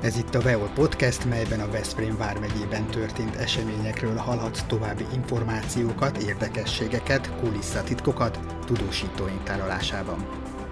Ez itt a VEOL Podcast, melyben a Veszprém vármegyében történt eseményekről hallhatsz további információkat, érdekességeket, kulisszatitkokat tudósítóink tárolásában.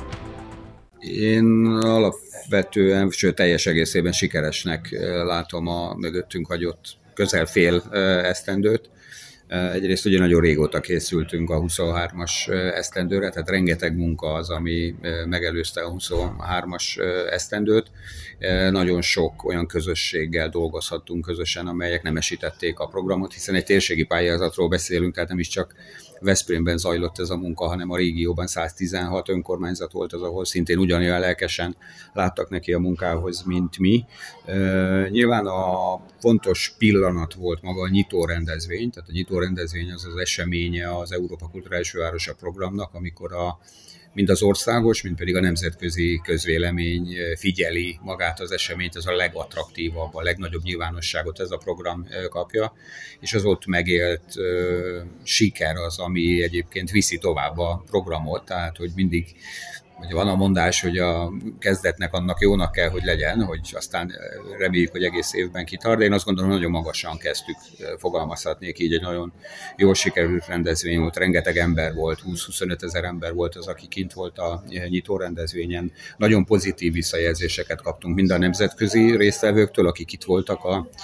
Én alapvetően, sőt teljes egészében sikeresnek látom a mögöttünk hagyott közel fél esztendőt. Egyrészt ugye nagyon régóta készültünk a 23-as esztendőre, tehát rengeteg munka az, ami megelőzte a 23-as esztendőt. Nagyon sok olyan közösséggel dolgozhattunk közösen, amelyek nemesítették a programot, hiszen egy térségi pályázatról beszélünk, tehát nem is csak Veszprémben zajlott ez a munka, hanem a régióban 116 önkormányzat volt az, ahol szintén ugyanolyan lelkesen láttak neki a munkához, mint mi. Nyilván a fontos pillanat volt maga a nyitó rendezvény, tehát a nyitó rendezvény az az eseménye az Európa Kulturális Fővárosa programnak, amikor mind az országos, mind pedig a nemzetközi közvélemény figyeli magát az eseményt, ez a legattraktívabb, a legnagyobb nyilvánosságot ez a program kapja, és az ott megélt siker az, ami egyébként viszi tovább a programot, tehát hogy mindig van a mondás, hogy a kezdetnek annak jónak kell, hogy legyen, hogy aztán reméljük, hogy egész évben kitart, de én azt gondolom, hogy nagyon magasan kezdtük, fogalmazhatnék így, egy nagyon jól sikerült rendezvény volt, rengeteg ember volt, 20-25 ezer ember volt az, aki kint volt a nyitó rendezvényen. Nagyon pozitív visszajelzéseket kaptunk mind a nemzetközi résztvevőktől, akik itt voltak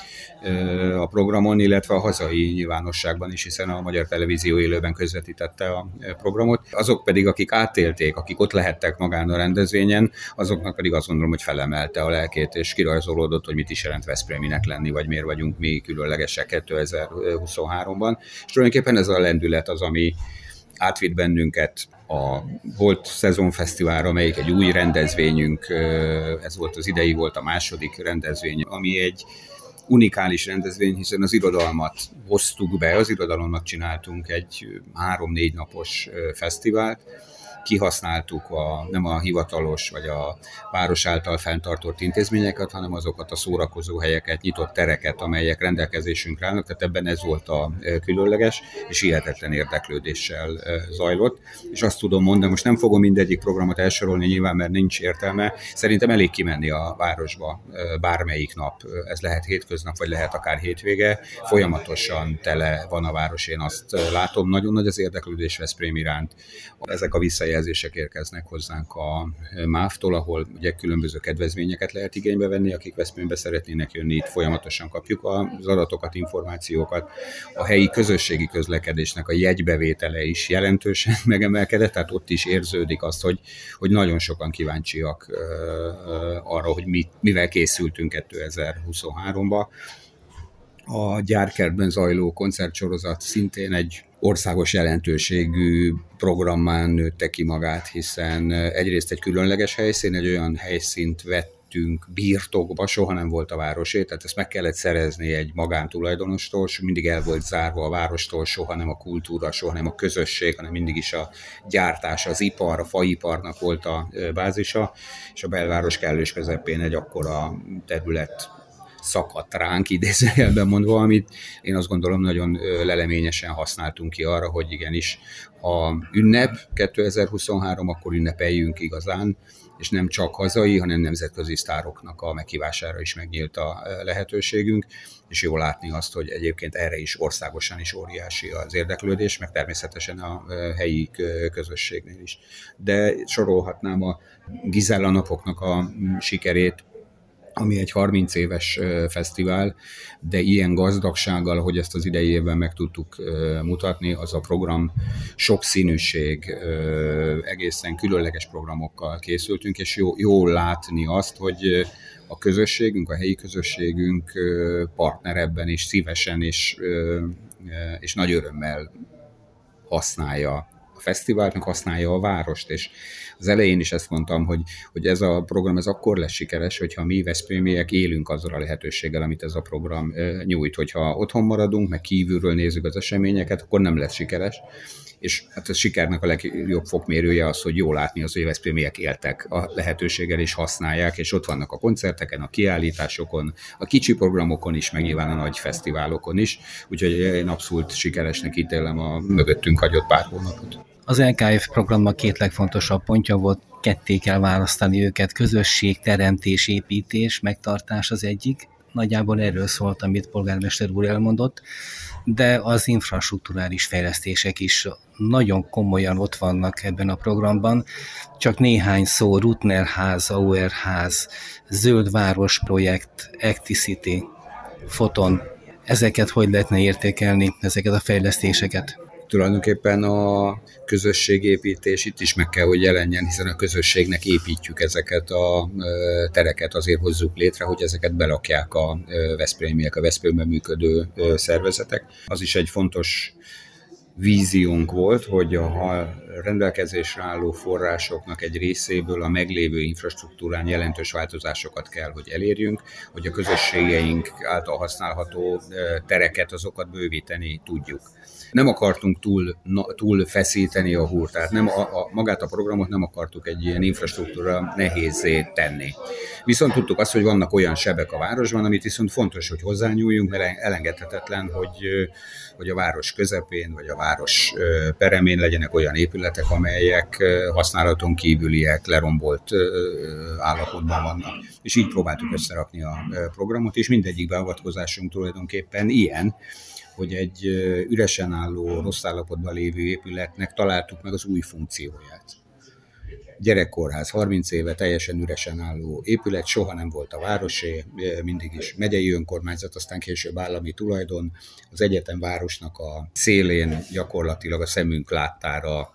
a programon, illetve a hazai nyilvánosságban is, hiszen a Magyar Televízió élőben közvetítette a programot. Azok pedig, akik átélték, akik ott lehettek magán a rendezvényen, azoknak pedig azt gondolom, hogy felemelte a lelkét, és kirajzolódott, hogy mit is jelent veszpréminek lenni, vagy miért vagyunk mi különlegesek 2023-ban. És tulajdonképpen ez a lendület az, ami átvitt bennünket a Volt Szezonfesztiválra, amelyik egy új rendezvényünk, ez volt az idei, volt a második rendezvény, ami egy unikális rendezvény, hiszen az irodalmat hoztuk be, az irodalomnak csináltunk egy 3-4 napos fesztivált, kihasználtuk nem a hivatalos vagy a város által fenntartott intézményeket, hanem azokat a szórakozó helyeket, nyitott tereket, amelyek rendelkezésünkre állnak, tehát ebben ez volt a különleges, és hihetetlen érdeklődéssel zajlott. És azt tudom mondani, most nem fogom mindegyik programot elsorolni nyilván, mert nincs értelme, szerintem elég kimenni a városba bármelyik nap, ez lehet hétköznap, vagy lehet akár hétvége, folyamatosan tele van a város, én azt látom, nagyon nagy az érdeklődés Veszprém iránt. Ezek a visszajelzések érkeznek hozzánk a MÁV-tól, ahol ugye különböző kedvezményeket lehet igénybe venni, akik Veszprémbe szeretnének jönni, itt folyamatosan kapjuk az adatokat, információkat. A helyi közösségi közlekedésnek a jegybevétele is jelentősen megemelkedett, tehát ott is érződik azt, hogy nagyon sokan kíváncsiak arra, hogy mivel készültünk 2023-ba. A Gyárkertben zajló koncertsorozat szintén egy országos jelentőségű programmá nőtte ki magát, hiszen egyrészt egy különleges helyszín, egy olyan helyszínt vettünk birtokba, soha nem volt a városé, tehát ezt meg kellett szerezni egy magántulajdonostól, mindig el volt zárva a várostól, soha nem a kultúra, soha nem a közösség, hanem mindig is a gyártás, az ipar, a faiparnak volt a bázisa, és a belváros kellős közepén egy akkora terület szakadt ránk, idézőjelben mondva, amit én azt gondolom nagyon leleményesen használtunk ki arra, hogy igenis, ha ünnep 2023, akkor ünnepeljünk igazán, és nem csak hazai, hanem nemzetközi sztároknak a meghívására is megnyílt a lehetőségünk, és jól látni azt, hogy egyébként erre is országosan is óriási az érdeklődés, meg természetesen a helyi közösségnél is. De sorolhatnám a Gizella napoknak a sikerét, ami egy 30 éves fesztivál, de ilyen gazdagsággal, hogy ezt az idei évben meg tudtuk mutatni, az a program sokszínűség, egészen különleges programokkal készültünk, és jól látni azt, hogy a közösségünk, a helyi közösségünk partner ebben is szívesen és nagy örömmel használja a fesztivált, meg használja a várost, és az elején is ezt mondtam, hogy ez a program ez akkor lesz sikeres, hogyha mi veszprémiek élünk azzal a lehetőséggel, amit ez a program nyújt. Hogyha otthon maradunk, meg kívülről nézzük az eseményeket, akkor nem lesz sikeres. És hát a sikernek a legjobb fokmérője az, hogy jól látni az, hogy a veszprémiek éltek a lehetőséggel és használják, és ott vannak a koncerteken, a kiállításokon, a kicsi programokon is, meg nyilván a nagy fesztiválokon is. Úgyhogy én abszolút sikeresnek ítélem a mögöttünk hagyott pár hónapot. Az LKF programnak két legfontosabb pontja volt, ketté kell választani őket, közösség, teremtés, építés, megtartás az egyik. Nagyjából erről szólt, amit polgármester úr elmondott, de az infrastrukturális fejlesztések is nagyon komolyan ott vannak ebben a programban. Csak néhány szó: Rutner ház, Auer ház, Zöld Város projekt, Acticity, Foton. Ezeket hogy lehetne értékelni, ezeket a fejlesztéseket? Tulajdonképpen a közösségépítés itt is meg kell, hogy jelenjen, hiszen a közösségnek építjük ezeket a tereket, azért hozzuk létre, hogy ezeket belakják a veszprémiek, a Veszprémben működő szervezetek. Az is egy fontos víziónk volt, hogy a rendelkezésre álló forrásoknak egy részéből a meglévő infrastruktúrán jelentős változásokat kell, hogy elérjünk, hogy a közösségeink által használható tereket, azokat bővíteni tudjuk. Nem akartunk túl feszíteni a húrt, tehát magát a programot nem akartuk egy ilyen infrastruktúra nehézzé tenni. Viszont tudtuk azt, hogy vannak olyan sebek a városban, amit viszont fontos, hogy hozzányúljunk, mert elengedhetetlen, hogy a város közepén, vagy a város peremén legyenek olyan épületek, amelyek használaton kívüliek, lerombolt állapotban vannak. És így próbáltuk összerakni a programot, és mindegyik beavatkozásunk tulajdonképpen ilyen, hogy egy üresen álló, rossz állapotban lévő épületnek találtuk meg az új funkcióját. Gyerekkórház, 30 éve teljesen üresen álló épület, soha nem volt a városé, mindig is megyei önkormányzat, aztán később állami tulajdon. Az egyetemvárosnak a szélén gyakorlatilag a szemünk láttára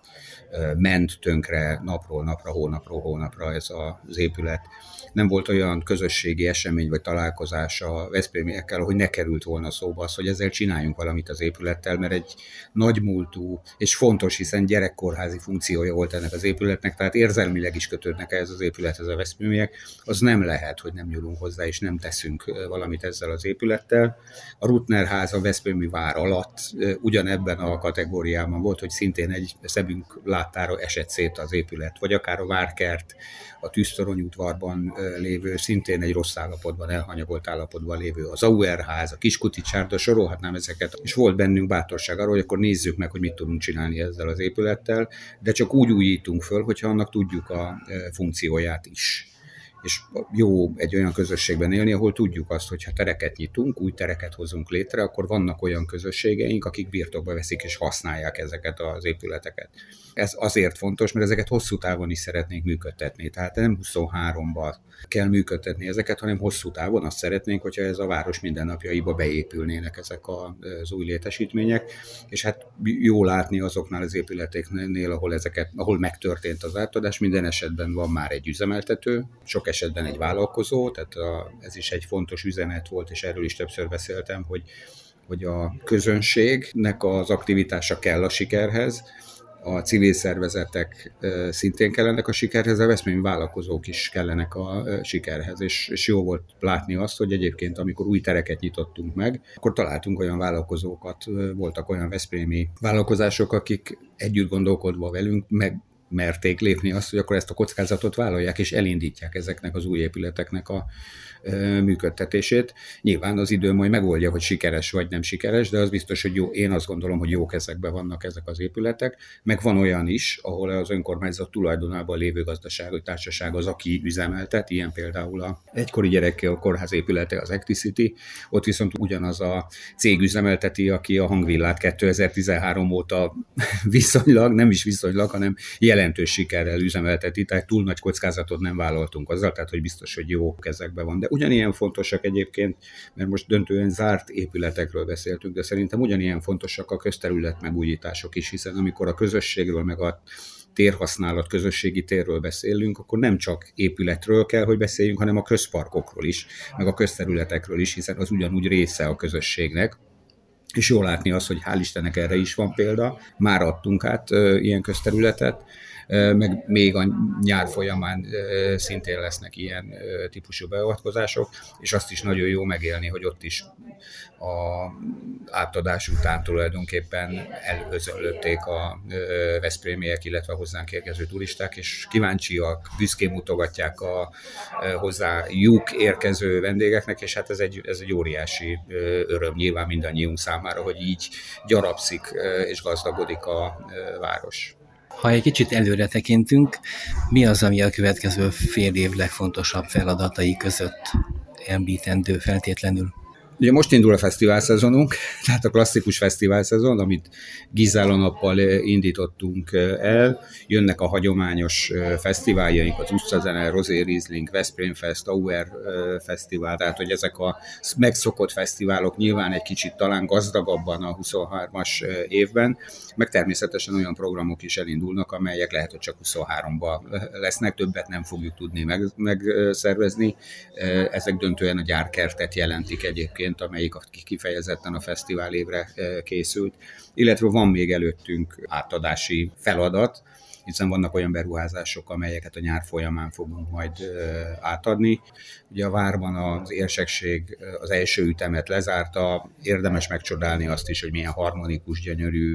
ment tönkre napról napra, hónapról hónapra ez az épület. Nem volt olyan közösségi esemény vagy találkozás a veszprémiekkel, hogy ne került volna szóba az, hogy ezzel csináljunk valamit az épülettel, mert egy nagymúltú és fontos, hiszen gyerekkórházi funkciója volt ennek az épületnek, tehát érzelmileg is kötődnek ehhez az épülethez a veszprémiek, az nem lehet, hogy nem nyúlunk hozzá és nem teszünk valamit ezzel az épülettel. A Rutner ház a veszprémi vár alatt ugyanebben a kategóriában volt, hogy szintén egy szemünk láttára esett szét az épület, vagy akár a Várkert, a Tűztorony udvarban lévő, szintén egy rossz állapotban, elhanyagolt állapotban lévő, az Auer ház, a Kiskuti csárda, sorolhatnám ezeket. És volt bennünk bátorság arra, hogy akkor nézzük meg, hogy mit tudunk csinálni ezzel az épülettel, de csak úgy újítunk föl, hogyha annak tudjuk a funkcióját is. És jó egy olyan közösségben élni, ahol tudjuk azt, hogy ha tereket nyitunk, új tereket hozunk létre, akkor vannak olyan közösségeink, akik birtokba veszik és használják ezeket az épületeket. Ez azért fontos, mert ezeket hosszú távon is szeretnénk működtetni. Tehát nem 23-ban kell működtetni ezeket, hanem hosszú távon azt szeretnénk, hogyha ez a város mindennapjaiba beépülnének ezek az új létesítmények, és hát jó látni azoknál az épületeknél, ahol megtörtént az átadás, minden esetben van már egy üzemeltető, sok esetben egy vállalkozó, tehát ez is egy fontos üzenet volt, és erről is többször beszéltem, hogy a közönségnek az aktivitása kell a sikerhez, a civil szervezetek szintén kellenek a sikerhez, a veszprémi vállalkozók is kellenek a sikerhez, és jó volt látni azt, hogy egyébként amikor új tereket nyitottunk meg, akkor találtunk olyan vállalkozókat, voltak olyan veszprémi vállalkozások, akik együtt gondolkodva velünk merték lépni azt, hogy akkor ezt a kockázatot vállalják, és elindítják ezeknek az új épületeknek a működtetését. Nyilván az idő majd megoldja, hogy sikeres vagy nem sikeres, de az biztos, hogy jó, én azt gondolom, hogy jó kezekben vannak ezek az épületek, meg van olyan is, ahol az önkormányzat tulajdonában lévő gazdasági társaság az, aki üzemeltet, ilyen például a egykori gyerekkórház épülete, az Acticity, ott viszont ugyanaz a cég üzemelteti, aki a Hangvillát 2013 óta viszonylag, nem is viszonylag, hanem jelentős sikerrel üzemelteti, tehát túl nagy kockázatot nem vállaltunk azzal, tehát hogy biztos, hogy jó kezekben van. De ugyanilyen fontosak egyébként, mert most döntően zárt épületekről beszéltünk, de szerintem ugyanilyen fontosak a közterület megújítások is, hiszen amikor a közösségről meg a térhasználat, közösségi térről beszélünk, akkor nem csak épületről kell, hogy beszéljünk, hanem a közparkokról is, meg a közterületekről is, hiszen az ugyanúgy része a közösségnek. És jól látni azt, hogy hál' Istennek erre is van példa, már adtunk át ilyen közterületet, meg még a nyár folyamán szintén lesznek ilyen típusú beavatkozások, és azt is nagyon jó megélni, hogy ott is a átadás után tulajdonképpen előzönlötték a veszprémiek, illetve hozzánk érkező turisták, és kíváncsiak, büszkén mutogatják a hozzájuk érkező vendégeknek, és hát ez egy óriási öröm nyilván mindannyiunk számára, hogy így gyarapszik és gazdagodik a város. Ha egy kicsit előre tekintünk, mi az, ami a következő fél év legfontosabb feladatai között említendő feltétlenül? Ugye most indul a fesztiválszezonunk, tehát a klasszikus fesztiválszezon, amit Gizála-nappal indítottunk el. Jönnek a hagyományos fesztiváljaink, az Utcazene, Rosé Riesling, Veszprém Fest, Auer Fesztivál, tehát hogy ezek a megszokott fesztiválok nyilván egy kicsit talán gazdagabban a 23-as évben, meg természetesen olyan programok is elindulnak, amelyek lehet, hogy csak 23-ban lesznek, többet nem fogjuk tudni megszervezni. Ezek döntően a gyárkertet jelentik egyébként, amelyik kifejezetten a fesztivál évre készült, illetve van még előttünk átadási feladat, hiszen vannak olyan beruházások, amelyeket a nyár folyamán fogunk majd átadni. Ugye a várban az érsekség az első ütemet lezárta, érdemes megcsodálni azt is, hogy milyen harmonikus, gyönyörű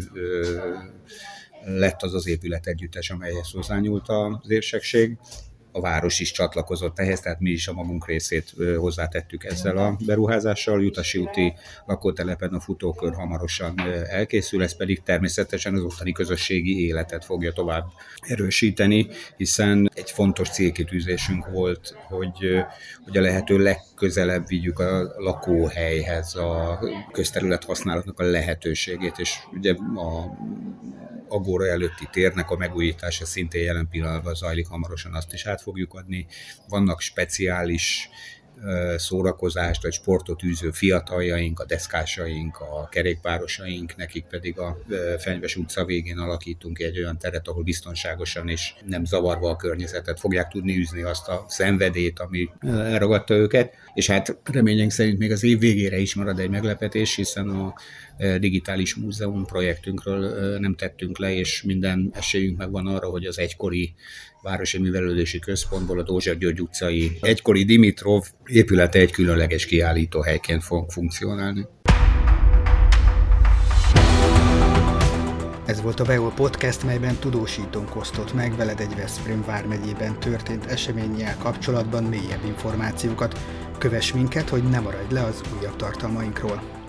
lett az az épületegyüttes, amelyhez hozzányúlt az érsekség. A város is csatlakozott ehhez, tehát mi is a magunk részét hozzátettük ezzel a beruházással. Jutasi úti lakótelepen a futókör hamarosan elkészül, ez pedig természetesen az ottani közösségi életet fogja tovább erősíteni, hiszen egy fontos célkitűzésünk volt, hogy a lehető legközelebb vigyük a lakóhelyhez a közterület használatnak a lehetőségét, és ugye a Agora előtti térnek a megújítása szintén jelen pillanatban zajlik, hamarosan azt is át fogjuk adni. Vannak speciális szórakozást vagy sportot űző fiataljaink, a deszkásaink, a kerékpárosaink, nekik pedig a Fenyves utca végén alakítunk egy olyan teret, ahol biztonságosan és nem zavarva a környezetet fogják tudni űzni azt a szenvedélyt, ami elragadta őket. És hát reményeink szerint még az év végére is marad egy meglepetés, hiszen a digitális múzeum projektünkről nem tettünk le, és minden esélyünk megvan arra, hogy az egykori Városi Művelődési Központból a Dózsa György utcai egykori Dimitrov épülete egy különleges kiállítóhelyként fog funkcionálni. Ez volt a VEOL Podcast, melyben tudósítónk osztott meg veled egy Veszprém vármegyében történt eseménnyel kapcsolatban mélyebb információkat. Kövess minket, hogy ne maradj le az újabb tartalmainkról.